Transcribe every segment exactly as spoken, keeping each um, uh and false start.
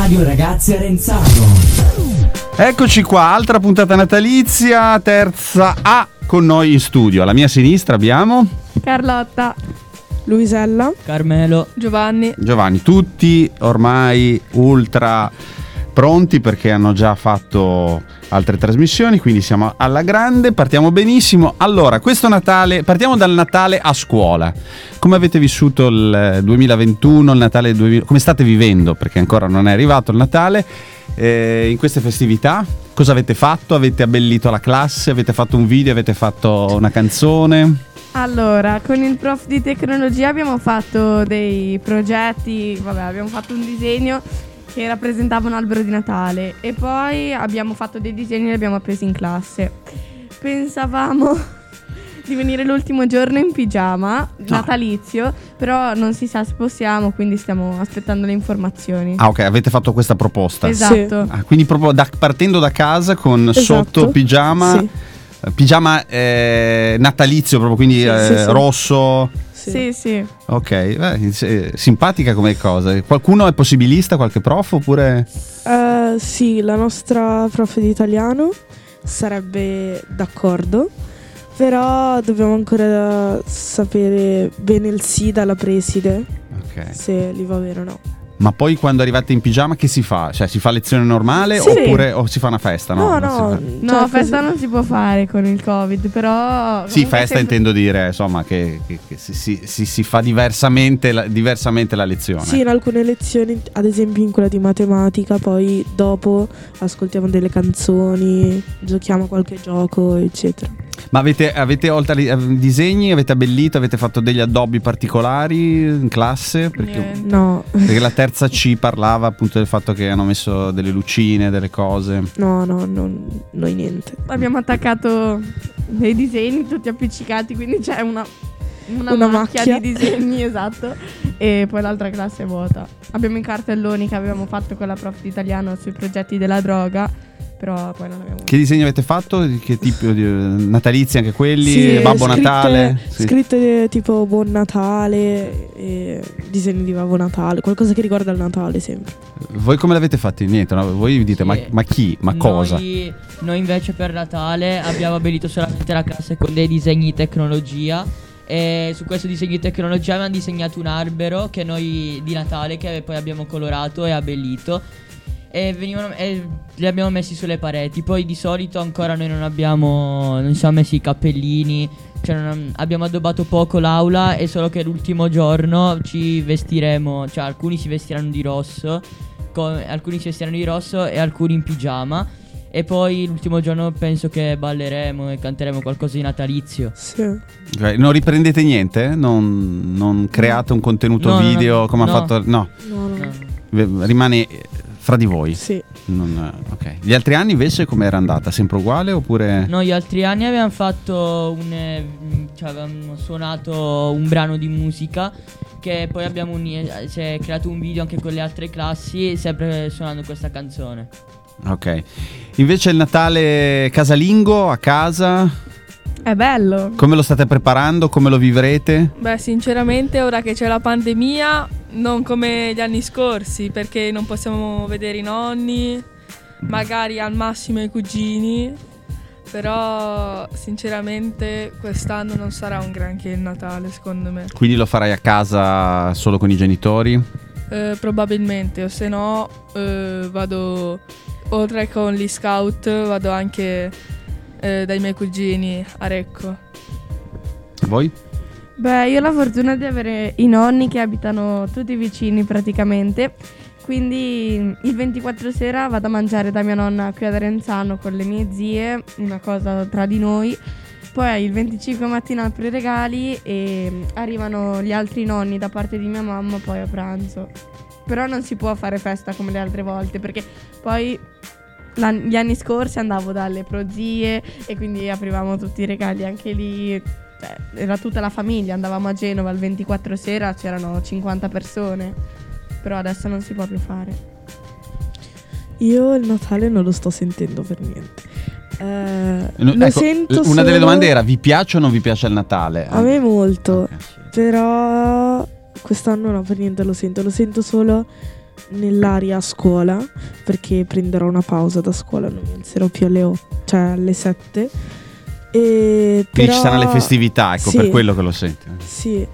Radio Ragazzi Arenzano. Eccoci qua, altra puntata natalizia, terza A con noi in studio. Alla mia sinistra abbiamo Carlotta, Luisella, Carmelo, Giovanni. Giovanni, tutti ormai ultra pronti perché hanno già fatto altre trasmissioni, quindi siamo alla grande, partiamo benissimo. Allora, questo Natale, partiamo dal Natale a scuola. Come avete vissuto il duemilaventuno, il Natale duemila, come state vivendo? Perché ancora non è arrivato il Natale. Eh, in queste festività cosa avete fatto? Avete abbellito la classe? Avete fatto un video? Avete fatto una canzone? Allora, con il prof di tecnologia abbiamo fatto dei progetti, vabbè, abbiamo fatto un disegno che rappresentava un albero di Natale e poi abbiamo fatto dei disegni e li abbiamo appesi in classe. Pensavamo di venire l'ultimo giorno in pigiama, natalizio, però non si sa se possiamo, quindi stiamo aspettando le informazioni. Ah, ok, avete fatto questa proposta. Esatto. Ah, quindi proprio da, partendo da casa con Esatto. sotto pigiama, Sì. eh, pigiama eh, natalizio proprio, quindi Sì, eh, sì, sì. rosso. Sì, sì. Ok, beh, eh, simpatica come cosa. Qualcuno è possibilista, qualche prof oppure? Eh, sì, la nostra prof di italiano sarebbe d'accordo, però dobbiamo ancora sapere bene il sì dalla preside, Ok. se li va bene o no. Ma poi quando arrivate in pigiama che si fa? Cioè si fa lezione normale Sì. oppure o si fa una festa? No, No, non si no, fa- No, cioè, festa così- non si può fare con il Covid, però... Sì, comunque festa sempre- intendo dire, insomma, che, che- che si, si- si- si fa diversamente la, diversamente la lezione. Sì, in alcune lezioni, ad esempio in quella di matematica, poi dopo ascoltiamo delle canzoni, giochiamo a qualche gioco, eccetera. Ma avete, avete oltre ai disegni, avete abbellito, avete fatto degli addobbi particolari in classe? Perché, Niente. No, perché la terza C parlava appunto del fatto che hanno messo delle lucine, delle cose. no, no, non, noi niente. Abbiamo attaccato dei disegni tutti appiccicati, quindi c'è una, una, Una macchia, macchia. di disegni, esatto. E poi l'altra classe è vuota. Abbiamo i cartelloni che avevamo fatto con la prof di italiano sui progetti della droga, però poi non abbiamo... Che disegni avete fatto? Di che tipo di natalizi anche quelli? Sì, Babbo scritte- Natale? Sì. Scritte tipo Buon Natale, e disegni di Babbo Natale, qualcosa che riguarda il Natale sempre. Voi come l'avete fatti? Niente, no? Voi vi dite Sì. ma, ma chi? Ma cosa? Noi, noi invece per Natale abbiamo abbellito solamente la classe con dei disegni di tecnologia. E su questo disegno di tecnologia abbiamo disegnato un albero che noi di Natale che poi abbiamo colorato e abbellito. E, venivano, e li abbiamo messi sulle pareti. Poi di solito ancora noi non abbiamo non ci siamo messi i cappellini, cioè non, abbiamo addobbato poco l'aula. E solo che l'ultimo giorno ci vestiremo, cioè alcuni si vestiranno di rosso, co- alcuni si vestiranno di rosso e alcuni in pigiama. E poi l'ultimo giorno penso che balleremo e canteremo qualcosa di natalizio. Sì. Ok, non riprendete niente? Non, non create un contenuto No, no, video no. come ha No. fatto? No, No, no. No. v- rimane fra di voi. Sì. Non- ok. Gli altri anni invece come era andata? Sempre uguale oppure? No, gli altri anni abbiamo fatto un eh, cioè avevamo suonato un brano di musica che poi abbiamo uni- si è creato un video anche con le altre classi sempre suonando questa canzone. Ok. Invece il Natale casalingo a casa, È bello. come lo state preparando? Come lo vivrete? Beh, sinceramente ora che c'è la pandemia, non come gli anni scorsi, perché non possiamo vedere i nonni, magari al massimo i cugini, però sinceramente quest'anno non sarà un granché il Natale, secondo me. Quindi lo farai a casa solo con i genitori? Eh, probabilmente, o se no eh, vado, oltre con gli scout, vado anche eh, dai miei cugini a Recco. Voi? Beh, io ho la fortuna di avere i nonni che abitano tutti vicini praticamente, quindi il ventiquattro sera vado a mangiare da mia nonna qui ad Arenzano con le mie zie, una cosa tra di noi. Poi il venticinque mattina apro i regali e arrivano gli altri nonni da parte di mia mamma poi a pranzo. Però non si può fare festa come le altre volte perché poi la- gli anni scorsi andavo dalle prozie e quindi aprivamo tutti i regali anche lì. Cioè, era tutta la famiglia, andavamo a Genova il ventiquattro sera, c'erano cinquanta persone, però adesso non si può più fare. Io il Natale non lo sto sentendo per niente. Eh, No, lo ecco, sento una delle solo- domande era: vi piace o non vi piace il Natale? A me molto, Ok. però quest'anno no, per niente lo sento. Lo sento solo nell'aria a scuola, perché prenderò una pausa da scuola, non mi alzerò più alle otto, cioè alle sette. E Quindi però, ci saranno le festività, ecco, sì, per quello che lo senti. Sì.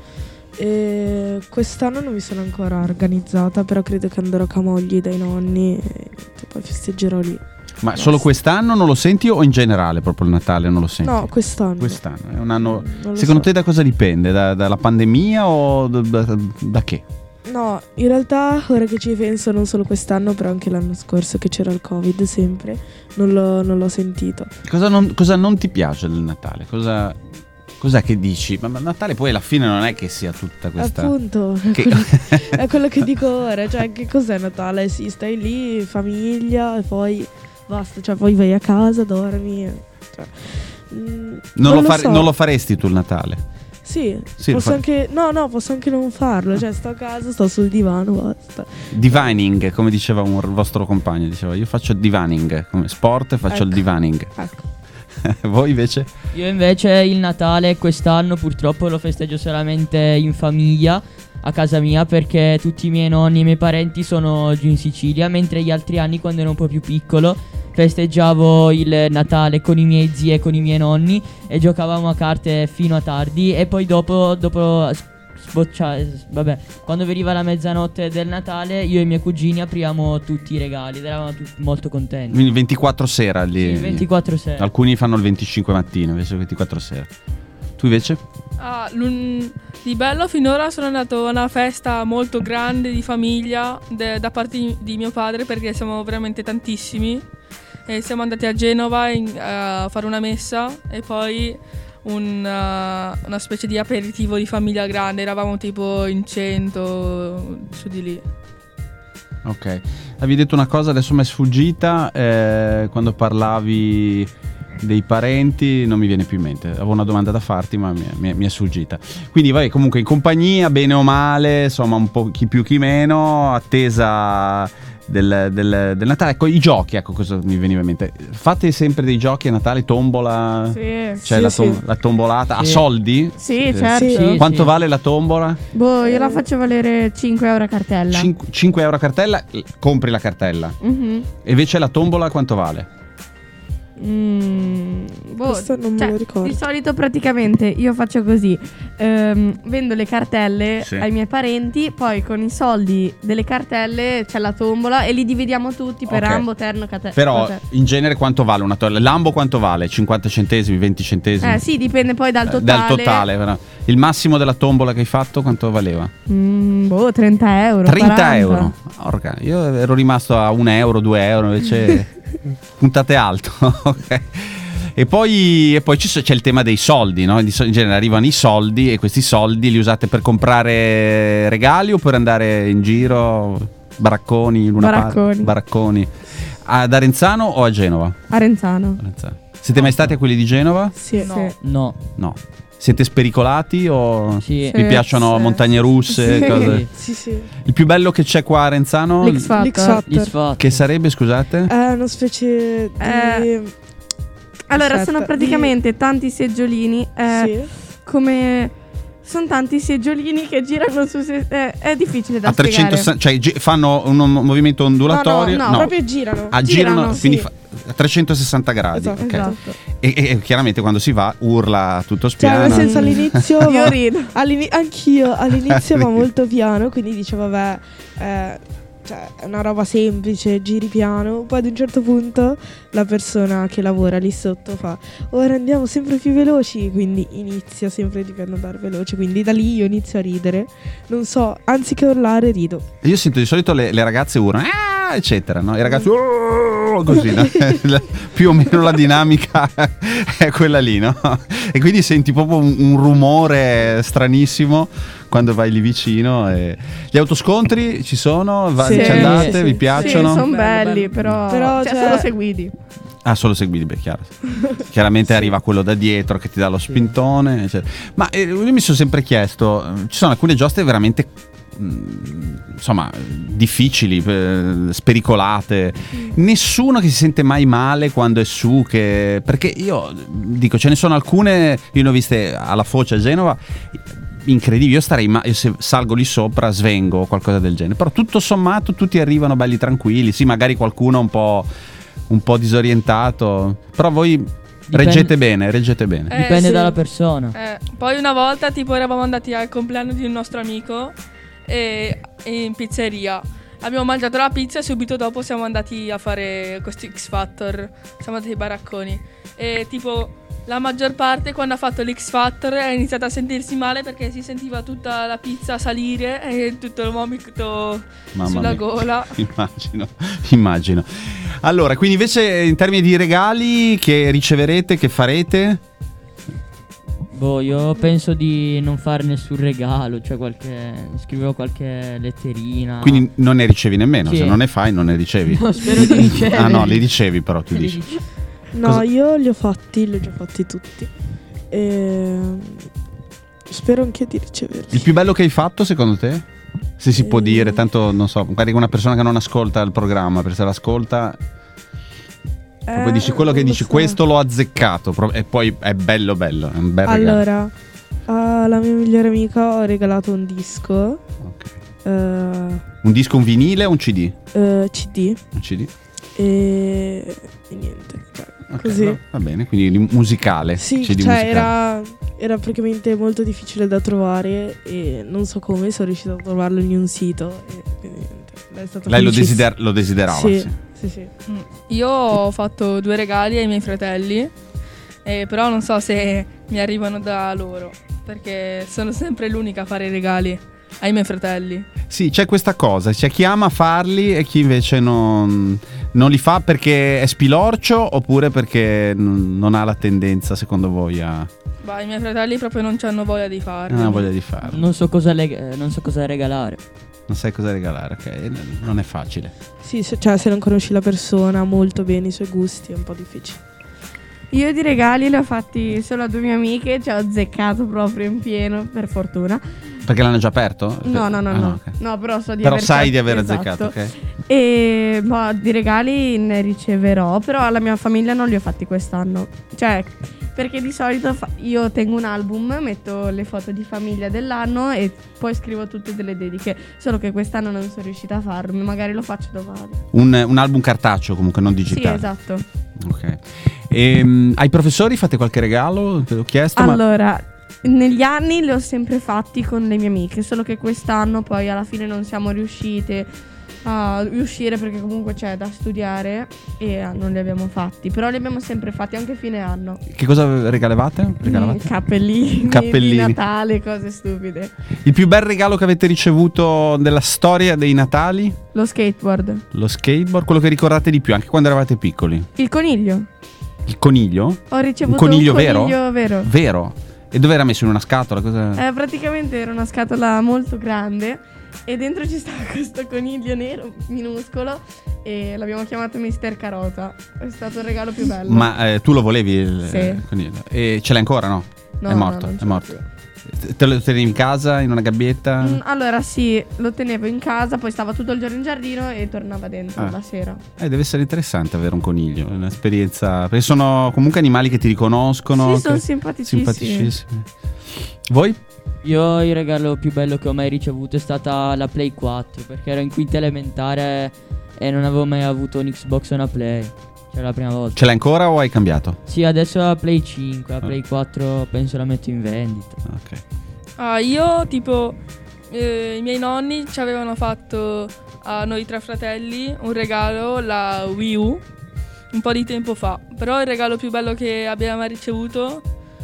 E quest'anno non mi sono ancora organizzata, però credo che andrò a Camogli dai nonni e poi festeggerò lì. Ma solo quest'anno non lo senti o in generale proprio il Natale non lo senti? No, quest'anno. Quest'anno è un anno. Non lo Secondo so. te da cosa dipende? Da- dalla pandemia o da, da- da che? No, in realtà ora che ci penso non solo quest'anno, però anche l'anno scorso che c'era il Covid sempre, non l'ho, non l'ho sentito. Cosa non, cosa non ti piace del Natale? Cosa, cos'è che dici? Ma ma Natale poi alla fine non è che sia tutta questa. Appunto, è, Che- quello, è quello che dico ora, cioè che cos'è Natale? Sì, stai lì, famiglia e poi basta, cioè poi vai a casa, dormi. Cioè, mm, non, lo lo fare- so. non lo faresti tu il Natale? Sì, Sì, lo posso fa- anche no, no, posso anche non farlo, cioè sto a casa, sto sul divano, basta. Divining, come diceva un vostro compagno, diceva io faccio divining, come sport faccio il Ecco. divining. Ecco. Voi invece? Io invece il Natale quest'anno purtroppo lo festeggio solamente in famiglia, a casa mia, perché tutti i miei nonni e i miei parenti sono giù in Sicilia, mentre gli altri anni, quando ero un po' più piccolo, festeggiavo il Natale con i miei zii e con i miei nonni e giocavamo a carte fino a tardi, e poi dopo, dopo sboccia- vabbè, quando veniva la mezzanotte del Natale, io e i miei cugini apriamo tutti i regali ed eravamo tutti molto contenti. Quindi il ventiquattro sera lì. Sì, il ventiquattro sera. Alcuni fanno il venticinque mattina, invece il ventiquattro sera. Tu invece? Ah, l'un- di bello finora sono andato a una festa molto grande di famiglia de- da parte di, di mio padre, perché siamo veramente tantissimi. E siamo andati a Genova in- a fare una messa e poi un, uh, una specie di aperitivo di famiglia grande. Eravamo tipo in cento, su di lì. Ok. Avevi detto una cosa, adesso mi è sfuggita, eh, quando parlavi dei parenti, non mi viene più in mente. Avevo una domanda da farti, ma mi è, mi è- mi è sfuggita. Quindi vai comunque in compagnia, bene o male, insomma un po' chi più chi meno, attesa del, del, del Natale. Ecco, i giochi, ecco cosa mi veniva in mente. Fate sempre dei giochi a Natale, tombola? Sì. C'è Sì, la, sì. tom- la tombolata a Sì. soldi? Sì, Eh, certo. Sì. Sì, Quanto sì. vale la tombola? Boh, io la faccio valere cinque euro a cartella. cinque euro a cartella, eh, compri la cartella. Mhm. E invece la tombola quanto vale? Mm, boh, Questo non me cioè, lo ricordo. Di solito praticamente io faccio così, ehm, vendo le cartelle Sì. ai miei parenti, poi con i soldi delle cartelle c'è la tombola e li dividiamo tutti per Ok. ambo, terno, cate- Però cate- in genere quanto vale una tombola? Lambo quanto vale? cinquanta centesimi, venti centesimi? Eh sì, dipende poi dal Eh, totale. Dal totale, però. Il massimo della tombola che hai fatto quanto valeva? Mm, boh, trenta euro. trenta quaranta. euro. Orca, io ero rimasto a un euro, due euro, invece puntate alto. Ok. E poi, e poi ci so- c'è il tema dei soldi, no? Di so- In genere arrivano i soldi e questi soldi li usate per comprare regali o per andare in giro, baracconi, Luna Park? Baracconi. Baracconi. Ad Arenzano o a Genova? Arenzano. Arenzano. Siete mai stati a quelli di Genova? Sì. Sì. No. No. Siete spericolati o Sì. Sì. vi piacciono sì. montagne russe? Sì. Cose? Sì, sì. Il più bello che c'è qua a Arenzano? L'X Factor. L'X Factor. Gli sfatti. Che sarebbe, scusate? È una specie di Eh, Allora, Aspetta, sono praticamente tanti seggiolini. eh, sì. Come. Sono tanti seggiolini che girano su se. eh, è difficile da A spiegare. trecentosessanta, cioè gi- fanno un, un movimento ondulatorio? No, No, proprio girano. Ah, girano, girano, quindi sì. fa- a trecentosessanta gradi. Esatto. ok. Esatto. E, e- e chiaramente quando si va urla tutto Cioè, spiano. nel senso all'inizio Io va- rido. all'ini- anch'io all'inizio va molto piano, quindi dicevo vabbè, eh, cioè è una roba semplice, giri piano. Poi ad un certo punto la persona che lavora lì sotto fa ora andiamo sempre più veloci, quindi inizia sempre di più ad andare veloce, quindi da lì io inizio a ridere, non so, anziché urlare rido. Io sento di solito le, le ragazze urlano, ah, eccetera, no? I ragazzi "Oh", così, no? Più o meno la dinamica è quella lì, no? E quindi senti proprio un, un rumore stranissimo quando vai lì vicino. E... Gli autoscontri ci sono? Va- Sì, ci andate? sì, sì. Vi Sì, piacciono? sono Bello, belli, bello. però. Però, cioè, cioè- solo se guidi. Ah, solo seguiti, beh, chiaro. Chiaramente Sì. arriva quello da dietro che ti dà lo spintone. eccetera. Ma eh, io mi sono sempre chiesto, eh, ci sono alcune giostre veramente mh, insomma difficili, eh, spericolate. Nessuno che si sente mai male quando è su, che... perché io dico ce ne sono alcune, io ne ho viste alla Foce a Genova, incredibili. Io starei ma- io se salgo lì sopra svengo o qualcosa del genere. Però tutto sommato tutti arrivano belli tranquilli. Sì, magari qualcuno un po', un po' disorientato. Però voi Dipende- reggete bene, reggete bene. Eh, Dipende sì. dalla persona. Eh, poi una volta tipo eravamo andati al compleanno di un nostro amico e, e in pizzeria. Abbiamo mangiato la pizza e subito dopo siamo andati a fare questo X Factor. Siamo andati ai baracconi. E tipo la maggior parte quando ha fatto l'X Factor è iniziata a sentirsi male perché si sentiva tutta la pizza salire e tutto il vomito Mamma sulla mia. gola. Immagino, immagino. Allora, quindi invece in termini di regali che riceverete, che farete? Boh, io penso di non fare nessun regalo, cioè qualche. Scrivevo qualche letterina. Quindi non ne ricevi nemmeno, Sì. se non ne fai non ne ricevi. No, spero di ricevere. Ah no, li ricevi però tu Li dici. rice- No, Cosa- io li ho fatti, li ho già fatti tutti. E spero anche di riceverli. Il più bello che hai fatto secondo te? Se si può Eh. dire, tanto non so, magari una persona che non ascolta il programma, perché se l'ascolta proprio Eh, dici quello che non lo dici, so. questo l'ho azzeccato pro- e poi è bello bello, è un bel regalo. Allora, alla mia migliore amica ho regalato un disco, Ok. eh, Un disco, un vinile o un C D? eh, C D Un C D. e, e niente. Cioè, Ok, così. va- va bene, quindi di- musicale. Sì, C D cioè musicale. era, era praticamente molto difficile da trovare e non so come sono riuscito a trovarlo in un sito. E quindi niente, lei è stata Lei lo, felicissima. desider- lo desiderava, Sì, sì. sì, sì. Mm. Io ho fatto due regali ai miei fratelli, eh, però non so se mi arrivano da loro, perché sono sempre l'unica a fare i regali ai miei fratelli. Sì, c'è questa cosa, c'è chi ama farli e chi invece non, non li fa perché è spilorcio oppure perché n- non ha la tendenza, secondo voi, a Bah, i miei fratelli proprio non hanno voglia di farli. non ha voglia di farlo. Non so cosa, leg- non so cosa regalare. Non sai cosa regalare, ok? N- Non è facile. Sì, se, cioè se non conosci la persona molto bene, i suoi gusti, è un po' difficile. Io di regali li ho fatti solo a due mie amiche, ci ho azzeccato proprio in pieno, per fortuna. Perché l'hanno già aperto? No, no, no, Ah, no. ok. No, però so di Però aver sai di fatto- aver esatto. azzeccato, ok? E boh, di regali ne riceverò, però alla mia famiglia non li ho fatti quest'anno. Cioè, perché di solito fa- io tengo un album, metto le foto di famiglia dell'anno e poi scrivo tutte delle dediche. Solo che quest'anno non sono riuscita a farlo, magari lo faccio domani. Un, un album cartaceo, comunque, non Sì, digitale. esatto. Ok. Ehm, ai professori fate qualche regalo? Te l'ho chiesto, ma Allora, negli anni li ho sempre fatti con le mie amiche, solo che quest'anno poi alla fine non siamo riuscite a uscire perché comunque c'è da studiare e non li abbiamo fatti, però li abbiamo sempre fatti anche fine anno. che cosa regalavate? Regalavate? Mm, cappellini, Cappellini. di Natale, cose stupide. Il più bel regalo che avete ricevuto della storia dei Natali? Lo skateboard. Lo skateboard, quello che ricordate di più, anche quando eravate piccoli. Il coniglio. Il coniglio? Ho ricevuto coniglio un vero? coniglio vero. Vero? E dove era messo in una scatola? Cosa... Eh, praticamente era una scatola molto grande e dentro ci stava questo coniglio nero minuscolo e l'abbiamo chiamato mister Carota. È stato il regalo più bello. Ma eh, tu lo volevi il Sì. il coniglio? E ce l'hai ancora, no? No, è no, morto, non è ce l'ho morto. più. Te lo tenevi in casa, in una gabbietta? Mm, allora sì, lo tenevo in casa, poi stava tutto il giorno in giardino e tornava dentro Ah. la sera. Eh, deve essere interessante avere un coniglio, è un'esperienza. Perché sono comunque animali che ti riconoscono. Sì, sono che- simpaticissimi. simpaticissimi. Voi? Io il regalo più bello che ho mai ricevuto è stata la Play quattro, perché ero in quinta elementare e non avevo mai avuto un Xbox o una Play. Cioè la prima volta. Ce l'hai ancora o hai cambiato? Sì, adesso la Play cinque, la Play quattro penso la metto in vendita. Ok. Ah, io tipo eh, i miei nonni ci avevano fatto a noi tre fratelli un regalo, la Wii U, un po' di tempo fa. Però il regalo più bello che abbiamo mai ricevuto,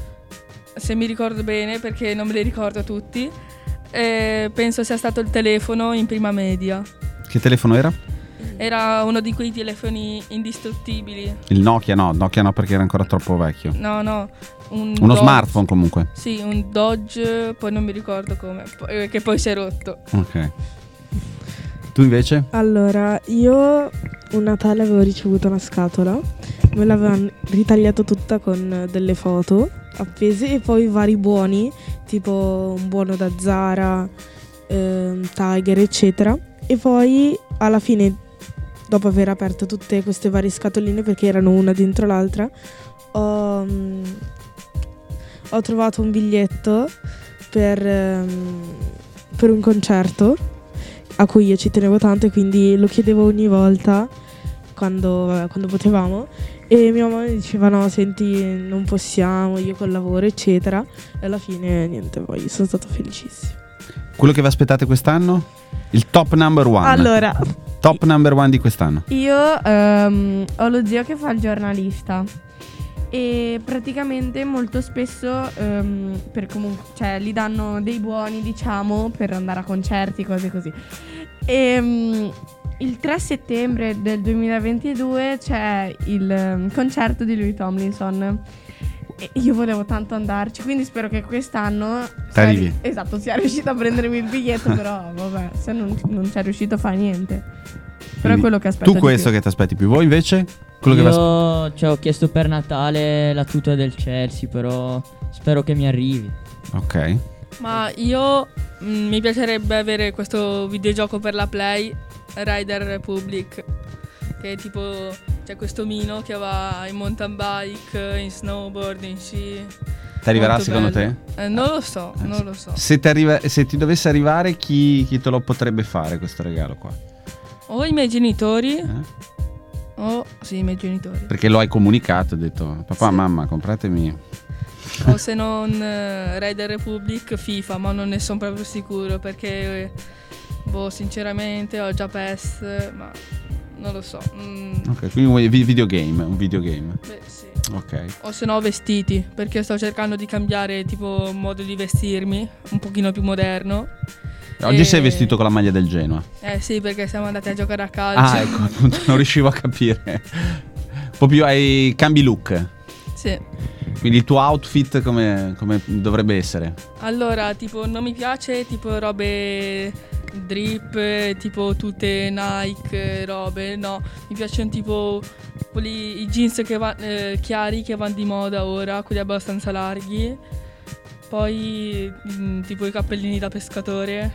se mi ricordo bene perché non me li ricordo tutti, eh, penso sia stato il telefono in prima media. Che telefono era? Era uno di quei telefoni indistruttibili. Il Nokia? No, Nokia no, perché era ancora troppo vecchio. No, no. Un Uno Dodge- smartphone comunque. Sì, un Dodge, poi non mi ricordo come, poi- che poi si è rotto. Ok. Tu invece? Allora, io un Natale avevo ricevuto una scatola, me l'avevano ritagliata tutta con delle foto appese e poi vari buoni, tipo un buono da Zara, ehm, Tiger, eccetera. E poi alla fine, dopo aver aperto tutte queste varie scatoline, perché erano una dentro l'altra, ho, mm, ho trovato un biglietto per, ehm, per un concerto a cui io ci tenevo tanto e quindi lo chiedevo ogni volta quando, quando potevamo, e mia mamma mi diceva no, senti, non possiamo, io col lavoro eccetera, e alla fine niente, poi sono stata felicissima. Quello che vi aspettate quest'anno? Il top number one. Allora, Top number one di quest'anno. Io ehm, ho lo zio che fa il giornalista e praticamente molto spesso ehm, per comunque, cioè, gli danno dei buoni, diciamo, per andare a concerti, cose così. E um, il tre settembre del duemilaventidue c'è il um, concerto di Louis Tomlinson. E io volevo tanto andarci, quindi spero che quest'anno sia, Arrivi. esatto, sia riuscito a prendermi il biglietto, però vabbè, se non, non c'è riuscito fa niente. Però è quello che aspetto. Tu di questo più. che ti aspetti più, voi invece? Quello che vi aspe- Io ci ho chiesto per Natale la tuta del Chelsea, però spero che mi arrivi. Ok. Ma io mm, mi piacerebbe avere questo videogioco per la Play, Rider Republic, che è tipo c'è questo Mino che va in mountain bike, in snowboard, in sci. Ti arriverà Molto secondo bello. te? Eh, non lo so, non lo so. Se ti, arriva- se ti dovesse arrivare, chi, chi te lo potrebbe fare questo regalo qua? O i miei genitori, Eh? o sì, i miei genitori. Perché lo hai comunicato, hai detto papà, Sì. mamma, compratemi. O se non uh, Rider Republic, FIFA, ma non ne sono proprio sicuro perché, eh, boh, sinceramente ho già P E S, ma non lo so. Mm, Ok, quindi un vi- videogame, un videogame. beh, sì. Ok. O se no vestiti, perché sto cercando di cambiare tipo modo di vestirmi, un pochino più moderno. Oggi E- sei vestito con la maglia del Genoa. Eh sì, perché siamo andati a giocare a calcio. Ah, ecco, appunto, non riuscivo a capire. Un po' più ai cambi look. Sì. Quindi il tuo outfit come, come dovrebbe essere? Allora, tipo, non mi piace tipo robe drip, tipo tutte Nike, robe, no. Mi piacciono tipo quelli, i jeans che va- eh, chiari che vanno di moda ora, quelli abbastanza larghi. Poi mm, tipo i cappellini da pescatore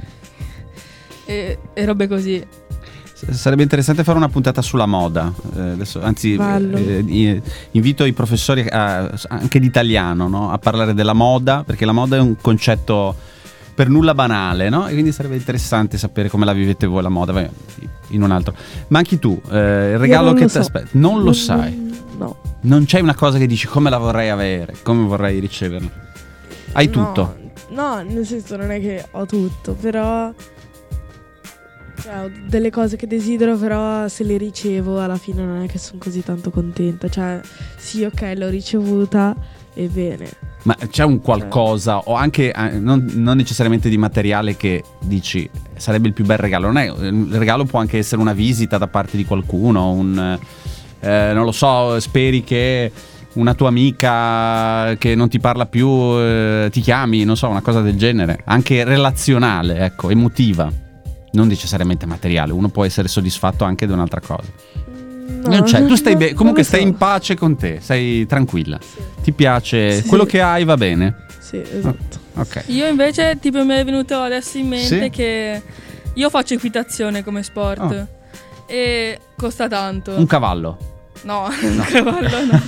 e, e robe così. S- Sarebbe interessante fare una puntata sulla moda. Eh, adesso, anzi, Bello. eh, i- invito i professori a- anche di italiano, no? A parlare della moda, perché la moda è un concetto per nulla banale, no? E quindi sarebbe interessante sapere come la vivete voi la moda. Vai, in un altro. Ma anche tu, eh, il regalo non che lo ti so. aspetta, non lo sai. No. Non c'è una cosa che dici come la vorrei avere, come vorrei riceverla. Hai No, tutto. No, nel senso non è che ho tutto, però cioè, ho delle cose che desidero, però se le ricevo alla fine non è che sono così tanto contenta. Cioè, sì, ok, l'ho ricevuta e bene. Ma c'è un qualcosa, o anche eh, non, non necessariamente di materiale, che dici sarebbe il più bel regalo? Non è, il regalo può anche essere una visita da parte di qualcuno, un eh, non lo so, speri che una tua amica che non ti parla più eh, ti chiami, non so, una cosa del genere, anche relazionale, ecco, emotiva, non necessariamente materiale. Uno può essere soddisfatto anche di un'altra cosa. No, Non c'è, tu stai non- bene, comunque non lo stai so. in pace con te, sei tranquilla, ti piace, Sì. quello che hai va bene. Sì, esatto. Ok. Io invece tipo mi è venuto adesso in mente Sì? che io faccio equitazione come sport Oh. e costa tanto. Un cavallo. No, un cavallo no.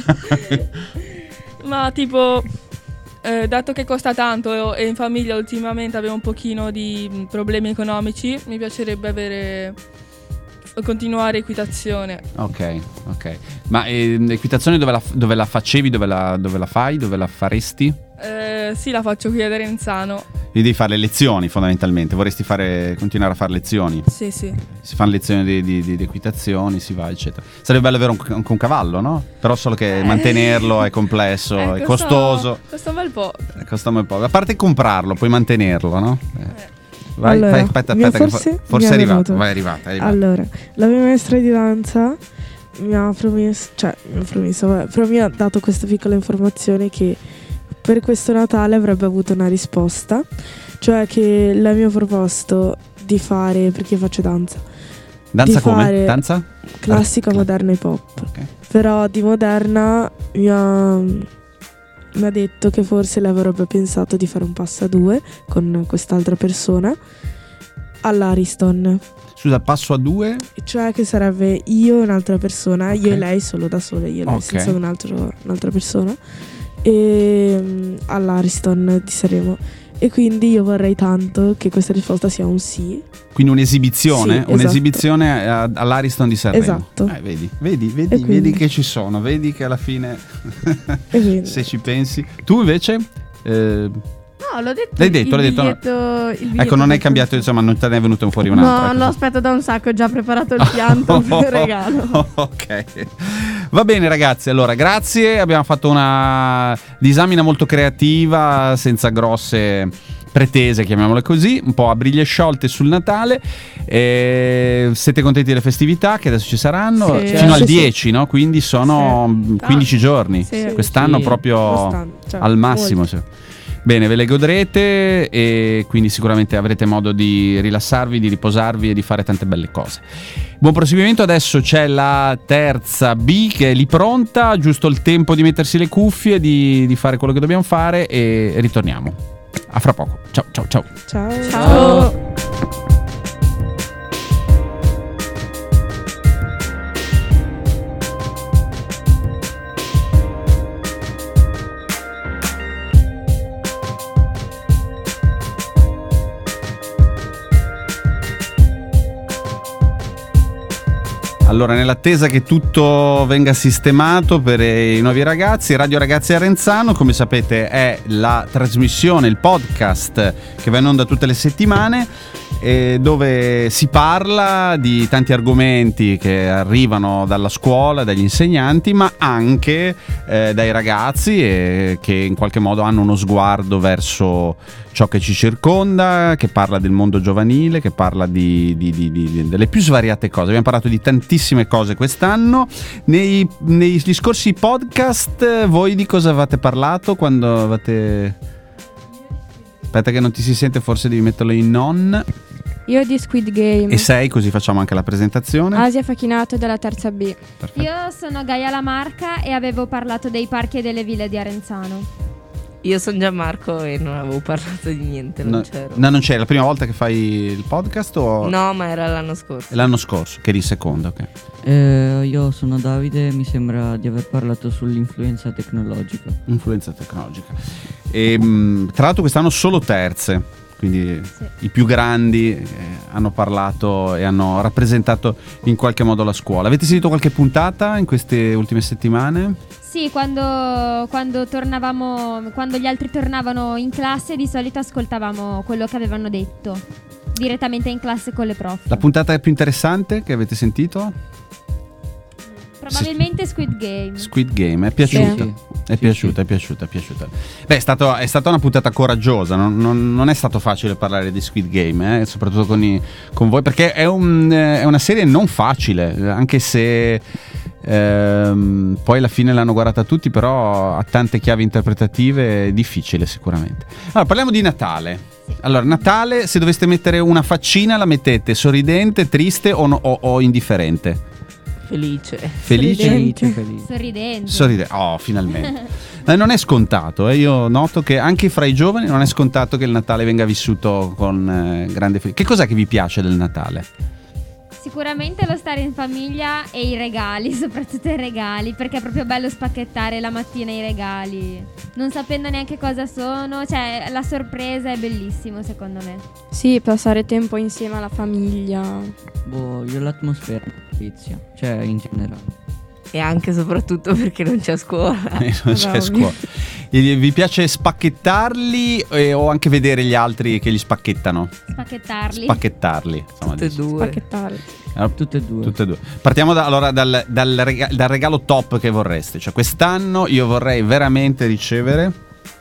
Ma tipo, eh, dato che costa tanto e in famiglia ultimamente avevo un pochino di mh, problemi economici, mi piacerebbe avere continuare equitazione. Ok, ok. Ma eh, equitazione dove la, dove la facevi, dove la, dove la fai, dove la faresti? Eh, sì, la faccio qui ad Arenzano. Lì devi fare le lezioni fondamentalmente, vorresti fare, continuare a fare lezioni. Sì, sì. Si fanno lezioni di, di, di, di equitazioni, si va, eccetera. Sarebbe bello avere un, anche un cavallo, no? Però solo che mantenerlo è complesso, Eh, è costa- costoso, Costa un bel po'. eh, costa un po'. A parte comprarlo, puoi mantenerlo, no? Eh. Vai, Allora, fai, aspetta, mi- aspetta, che forse fo- forse mi è è arrivato, venuto. vai, è arrivata, è arrivata. Allora, la mia maestra di danza mi ha promesso, cioè mi ha promesso, vabbè, però mi ha dato questa piccola informazione che per questo Natale avrebbe avuto una risposta, cioè che lei mi ha proposto di fare, perché io faccio danza, Danza di come? fare Danza? classica, Ah, moderna e pop. ok. Però di moderna mi ha, mi ha detto che forse lei avrebbe pensato di fare un passo a due con quest'altra persona all'Ariston. Scusa, passo a due? Cioè che sarebbe io e un'altra persona, io Ok. e lei solo da sole, io e lei Ok. senza un altro- un'altra persona, e mm, all'Ariston di Sanremo. e quindi io vorrei tanto che questa risposta sia un sì. Quindi un'esibizione, Sì, esatto. un'esibizione a- all'Ariston di Sanremo. Esatto. Eh, vedi, vedi, vedi, E quindi- vedi che ci sono, vedi che alla fine E quindi- se ci pensi. Tu invece? Eh, No, l'ho detto. L'hai detto, il l'hai detto, no. biglietto, il biglietto ecco, non hai del cambiato, concerto. insomma, non te ne è venuto fuori un'altra. No, lo aspetto da un sacco, ho già preparato il pianto per il regalo. Ok, va bene ragazzi, allora grazie, abbiamo fatto una disamina molto creativa, senza grosse pretese, chiamiamole così, un po' a briglie sciolte sul Natale. E siete contenti delle festività che adesso ci saranno? Sì. Fino al Sì, sì. dieci, no? Quindi sono Sì. quindici giorni, Sì. quest'anno Sì. proprio Abbastanza, cioè, al massimo. molto. Sì. Bene, ve le godrete e quindi sicuramente avrete modo di rilassarvi, di riposarvi e di fare tante belle cose. Buon proseguimento, adesso c'è la terza B che è lì pronta, giusto il tempo di mettersi le cuffie, di, di fare quello che dobbiamo fare e ritorniamo. A fra poco, ciao ciao ciao. Ciao. Ciao. Allora, nell'attesa che tutto venga sistemato per i nuovi ragazzi, Radio Ragazzi Arenzano, come sapete, è la trasmissione, il podcast che va in onda tutte le settimane, eh, dove si parla di tanti argomenti che arrivano dalla scuola, dagli insegnanti, ma anche eh, dai ragazzi e che in qualche modo hanno uno sguardo verso ciò che ci circonda, che parla del mondo giovanile, che parla di, di, di, di, delle più svariate cose. Abbiamo parlato di tantissime cose quest'anno. Nei, negli scorsi podcast voi di cosa avete parlato quando avete... Aspetta che non ti si sente, forse devi metterlo in on. Io di Squid Game. E sei, così facciamo anche la presentazione. Asia Facchinato della terza B. Perfetto. Io sono Gaia Lamarca e avevo parlato dei parchi e delle ville di Arenzano. Io sono Gianmarco e non avevo parlato di niente, non No, c'ero. no, non c'è, è la prima volta che fai il podcast o No, ma era l'anno scorso. l'anno scorso, che eri il secondo, ok. Eh, io sono Davide, mi sembra di aver parlato sull'influenza tecnologica. Influenza tecnologica. E, mh, tra l'altro quest'anno solo terze, quindi Sì. i più grandi eh, hanno parlato e hanno rappresentato in qualche modo la scuola. Avete sentito qualche puntata in queste ultime settimane? Sì, quando, quando tornavamo, quando gli altri tornavano in classe, di solito ascoltavamo quello che avevano detto direttamente in classe con le prof. La puntata più interessante che avete sentito? Probabilmente Squid Game. Squid Game, è piaciuta? Sì. È Sì, piaciuta, sì. è piaciuta, è piaciuta. Beh, è, stato, è stata una puntata coraggiosa, non, non- non è stato facile parlare di Squid Game, eh, soprattutto con, i- con voi, perché è, un, eh, è una serie non facile, anche se ehm, poi alla fine l'hanno guardata tutti, però ha tante chiavi interpretative, è difficile sicuramente. Allora, parliamo di Natale. Allora, Natale, se doveste mettere una faccina, la mettete sorridente, triste o, no- o- o indifferente? Felice. Felice? Felice, felice. Sorridente. Sorride, oh, finalmente. Eh, non è scontato, eh. Io noto che anche fra i giovani non è scontato che il Natale venga vissuto con eh, grande felicità. Che cos'è che vi piace del Natale? Sicuramente lo stare in famiglia e i regali, soprattutto i regali, perché è proprio bello spacchettare la mattina i regali, non sapendo neanche cosa sono, cioè la sorpresa è bellissimo secondo me. Sì, passare tempo insieme alla famiglia. Boh, io l'atmosfera natalizia, cioè in generale. E anche e soprattutto perché non c'è scuola. Eh, non c'è ovvio. scuola. E vi piace spacchettarli eh, o anche vedere gli altri che li spacchettano? Spacchettarli. Spacchettarli. Insomma, Tutte e dici. due. Spacchettare. Allora, Tutte e due. Tutte e due. Partiamo da- allora dal, dal rega- dal regalo top che vorreste. Cioè, quest'anno io vorrei veramente ricevere.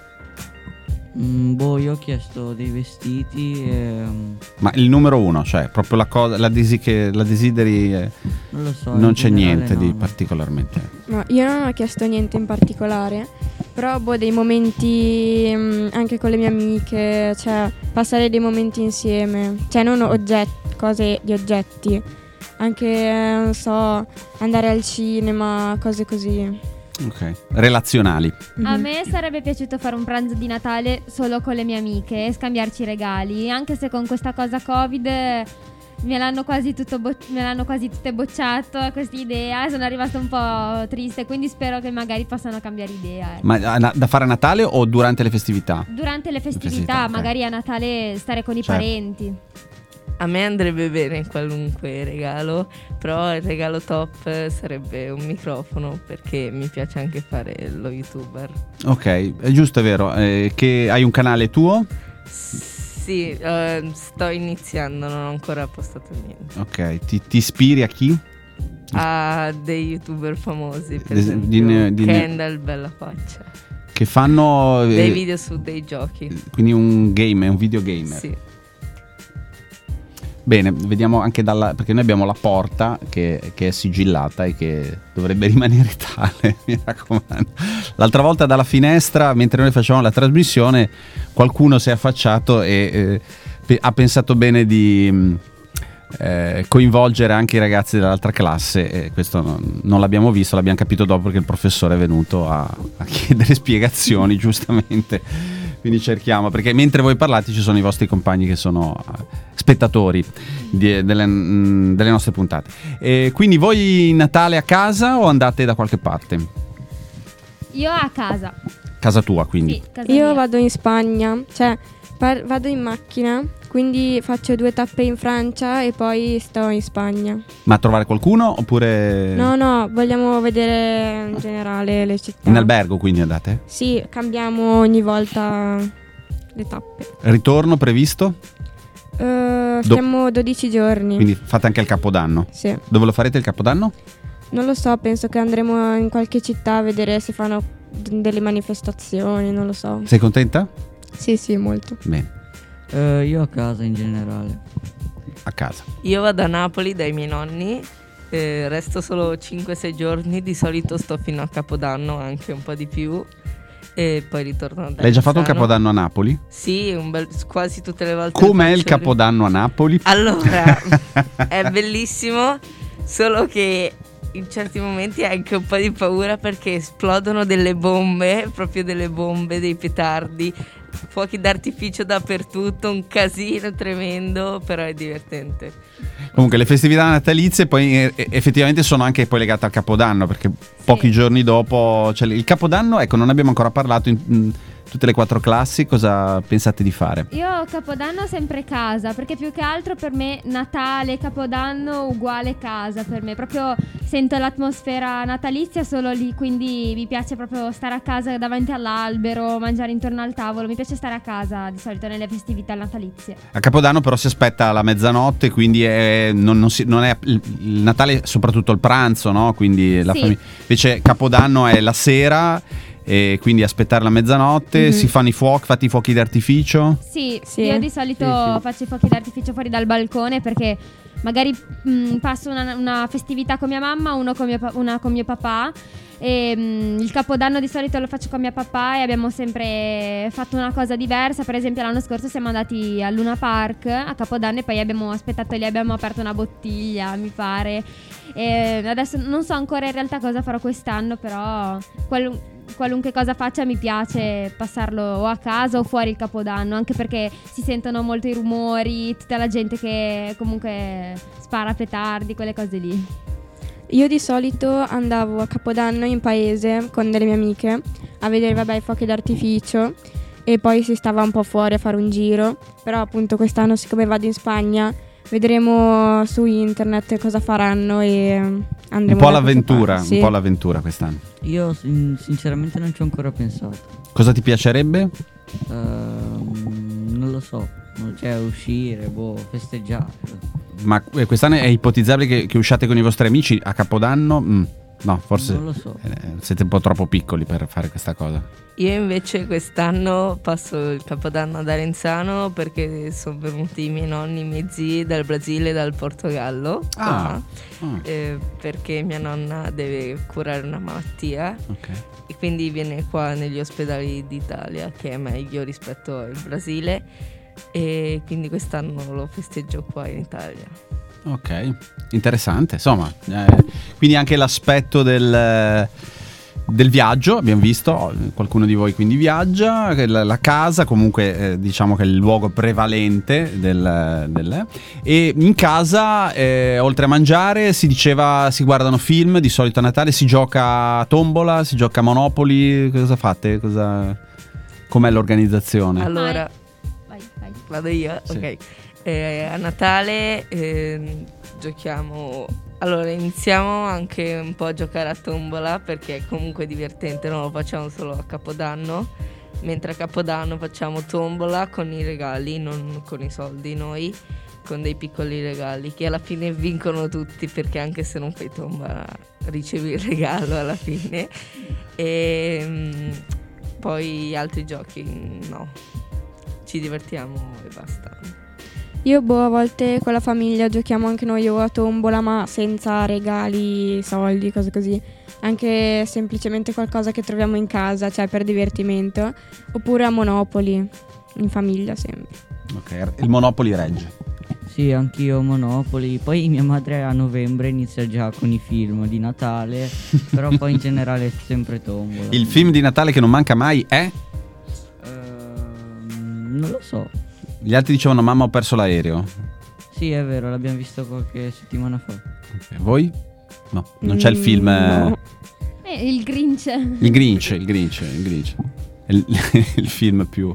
Mm, boh, io ho chiesto dei vestiti e... mm, Ma il numero uno, cioè proprio la cosa, la, desi- che, la desideri, eh, non lo so. non in c'è generale niente no, di no. particolarmente. Ma io non ho chiesto niente in particolare, però boh, dei momenti mm, anche con le mie amiche, cioè passare dei momenti insieme, cioè non oggetti, cose di oggetti, anche eh, non so, andare al cinema, cose così. Ok. Relazionali. A Mhm. me sarebbe piaciuto fare un pranzo di Natale solo con le mie amiche e scambiarci i regali, anche se con questa cosa Covid eh, me l'hanno quasi tutto bo- me l'hanno quasi tutte bocciato questa idea, e sono rimasta un po' triste, quindi spero che magari possano cambiare idea. Ecco. Ma a- da fare a Natale o durante le festività? Durante le festività, festività, ok. magari a Natale stare con i Certo. parenti. A me andrebbe bene qualunque regalo, però il regalo top sarebbe un microfono, perché mi piace anche fare lo youtuber. Ok, è giusto, è vero. Eh, che hai un canale tuo? Sì, eh, sto iniziando, non ho ancora postato niente. Ok, ti, ti ispiri a chi? A dei youtuber famosi, per Des- esempio di- di- Kendall Bella Faccia. Che fanno eh, Dei video su dei giochi. quindi un game, un videogamer. Sì. Bene, vediamo anche dalla, perché noi abbiamo la porta che, che è sigillata e che dovrebbe rimanere tale, mi raccomando. L'altra volta dalla finestra, mentre noi facevamo la trasmissione, qualcuno si è affacciato e eh, pe- ha pensato bene di mh, eh, coinvolgere anche i ragazzi dell'altra classe, e questo non, non l'abbiamo visto, l'abbiamo capito dopo che il professore è venuto a, a chiedere spiegazioni, giustamente. Quindi cerchiamo, perché mentre voi parlate ci sono i vostri compagni che sono uh, spettatori di, delle, mh, delle nostre puntate. E quindi voi Natale a casa o andate da qualche parte? Io a casa. Casa tua, quindi? Sì, casa Io mia. vado in Spagna, cioè par- vado in macchina, quindi faccio due tappe in Francia e poi sto in Spagna. Ma a trovare qualcuno oppure No, no, vogliamo vedere in generale le città. in albergo, quindi andate? Sì, cambiamo ogni volta le tappe. Ritorno previsto? Eh, stiamo dodici giorni. Quindi fate anche il Capodanno? Sì. Dove lo farete il Capodanno? Non lo so, penso che andremo in qualche città a vedere se fanno d- delle manifestazioni, non lo so. Sei contenta? Sì, sì, molto. Bene, Eh, io a casa in generale. a casa. Io vado a Napoli dai miei nonni, eh, resto solo cinque sei giorni, di solito sto fino a Capodanno, anche un po' di più, e poi ritorno da L'hai già fatto un Capodanno? Capodanno a Napoli? Sì, un bel- quasi tutte le volte. Com'è lo il faccio. Capodanno a Napoli? Allora, è bellissimo, solo che in certi momenti hai anche un po' di paura, perché esplodono delle bombe, proprio delle bombe, dei petardi, fuochi d'artificio dappertutto, un casino tremendo, però è divertente. Comunque le festività natalizie poi eh, effettivamente sono anche poi legate al Capodanno, perché pochi giorni dopo, cioè il Capodanno, ecco, non abbiamo ancora parlato in, in tutte le quattro classi, cosa pensate di fare? Io Capodanno sempre casa, perché più che altro per me Natale, Capodanno uguale casa per me, proprio sento l'atmosfera natalizia solo lì, quindi mi piace proprio stare a casa davanti all'albero, mangiare intorno al tavolo, mi piace stare a casa di solito nelle festività natalizie. A Capodanno però si aspetta la mezzanotte, quindi è, non, non, si, non è il, il Natale è soprattutto il pranzo, no? Quindi la Sì. famiglia. Invece Capodanno è la sera, e quindi aspettare la mezzanotte, Mhm. si fanno i fuochi, fate i fuochi d'artificio. Sì, Sì. io di solito Sì, sì. faccio i fuochi d'artificio fuori dal balcone, perché magari mh, passo una, una festività con mia mamma, uno con mio pa- una con mio papà, e mh, il Capodanno di solito lo faccio con mio papà, e abbiamo sempre fatto una cosa diversa. Per esempio l'anno scorso siamo andati al Luna Park a Capodanno, e poi abbiamo aspettato lì, abbiamo aperto una bottiglia, mi pare. E adesso non so ancora in realtà cosa farò quest'anno, però qualun- qualunque cosa faccia mi piace passarlo o a casa o fuori il Capodanno, anche perché si sentono molto i rumori, tutta la gente che comunque spara petardi, quelle cose lì. Io di solito andavo a Capodanno in paese con delle mie amiche a vedere, vabbè, i fuochi d'artificio, e poi si stava un po' fuori a fare un giro. Però appunto quest'anno, siccome vado in Spagna, vedremo su internet cosa faranno e andremo Un po' da l'avventura, qualche parte. un Sì. po' l'avventura quest'anno. Io sin- sinceramente non ci ho ancora pensato. Cosa ti piacerebbe? Ehm, non lo so, cioè uscire, boh, festeggiare. Ma eh, quest'anno è ipotizzabile che, che usciate con i vostri amici a Capodanno? Mm, no, forse Non lo so. eh, siete un po' troppo piccoli per fare questa cosa. Io invece quest'anno passo il Capodanno ad Arenzano, perché sono venuti i miei nonni, i miei zii dal Brasile e dal Portogallo. Ah. qua, Ah, eh, perché mia nonna deve curare una malattia, ok. e quindi viene qua negli ospedali d'Italia, che è meglio rispetto al Brasile, e quindi quest'anno lo festeggio qua in Italia. Ok, interessante. Insomma, eh, quindi anche l'aspetto del, del viaggio, abbiamo visto, qualcuno di voi quindi viaggia, la, la casa comunque eh, diciamo che è il luogo prevalente del, del e in casa eh, oltre a mangiare si diceva si guardano film, di solito a Natale si gioca a tombola, si gioca a Monopoli, cosa fate? Cosa... Com'è l'organizzazione? Allora, Vai, vai. vado io? Sì. Ok. Eh, a Natale eh, giochiamo. Allora, iniziamo anche un po' a giocare a tombola perché è comunque divertente, non lo facciamo solo a Capodanno. Mentre a Capodanno facciamo tombola con i regali, non con i soldi noi, con dei piccoli regali che alla fine vincono tutti perché anche se non fai tombola ricevi il regalo alla fine. E mm, poi altri giochi no, ci divertiamo e basta. Io boh, a volte con la famiglia giochiamo anche noi o a tombola, ma senza regali, soldi, cose così. Anche semplicemente qualcosa che troviamo in casa, cioè per divertimento. Oppure a Monopoli, in famiglia sempre. Ok, il Monopoli regge. Sì, anch'io Monopoli. Poi mia madre a novembre inizia già con i film di Natale, però poi in generale è sempre tombola. Il film di Natale che non manca mai è? Ehm, non lo so. Gli altri dicevano mamma ho perso l'aereo. Sì, è vero, l'abbiamo visto qualche settimana fa. Ok, voi? No, non c'è il Mm, film. eh, no. Eh, il Grinch. Il Grinch, il Grinch, il Grinch. Il, il film più.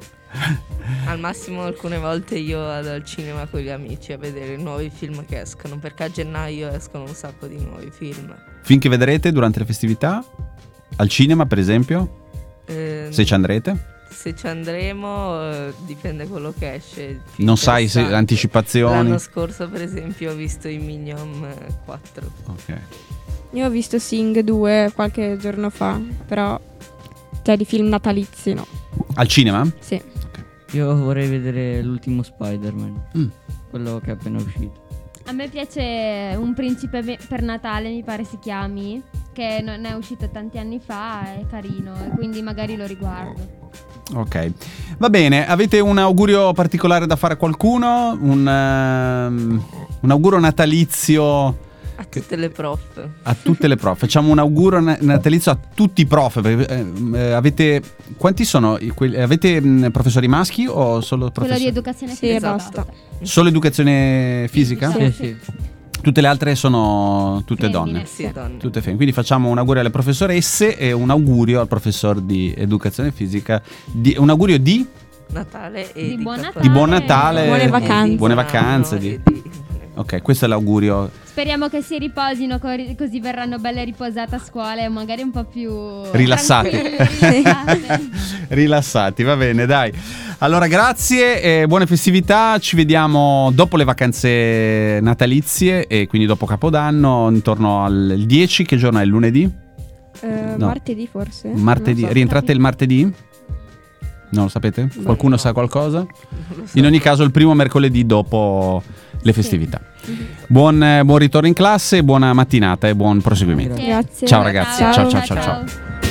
Al massimo alcune volte io vado al cinema con gli amici a vedere i nuovi film che escono, perché a gennaio escono un sacco di nuovi film. Film che vedrete durante le festività? Al cinema, per esempio? Eh, Se ci andrete? Se ci andremo eh, dipende quello che esce. più Non sai se interessante. anticipazioni. L'anno scorso per esempio ho visto i Minion eh, quattro. Ok. Io ho visto Sing due qualche giorno fa, però cioè di film natalizi no. Al cinema? Sì. Io vorrei vedere l'ultimo Spider-Man, Mm. quello che è appena uscito. A me piace Un principe be- per Natale, mi pare si chiami, che non è uscito tanti anni fa, è carino e quindi magari lo riguardo. Ok. Va bene, avete un augurio particolare da fare a qualcuno? Un, ehm, un augurio natalizio A tutte le prof. a tutte le prof. Facciamo un augurio na- natalizio a tutti i prof. perché, eh, eh, avete quanti sono? i- quelli- avete mh, professori maschi o solo Quello professori? di educazione Sì, e fisica. basta. Solo educazione fisica? Sì. Sì, sì. Tutte le altre sono tutte Femmine. donne. Sì, donne. Tutte femmine. Quindi facciamo un augurio alle professoresse e un augurio al professor di educazione fisica. Di, un augurio di, Natale e Di di, buon Capodanno. di buon Natale. Buone vacanze. Buone Buon vacanze. anno Di... e di- Ok, questo è l'augurio. Speriamo che si riposino co- così verranno belle riposate a scuola e magari un po' più Rilassate. tranquille, rilassate. Rilassati, va bene, dai. Allora, grazie e buone festività. Ci vediamo dopo le vacanze natalizie e quindi dopo Capodanno, intorno al dieci. Che giorno è? Il lunedì? Eh, No. Martedì forse? Martedì. Non so. Rientrate il martedì? Non lo sapete? Qualcuno no. sa qualcosa? Non lo so. In ogni caso, il primo mercoledì dopo le festività. Buon, eh, buon ritorno in classe, buona mattinata e buon proseguimento. Sì. Grazie. Ciao ragazzi, Ciao. ciao ciao ciao. ciao. ciao.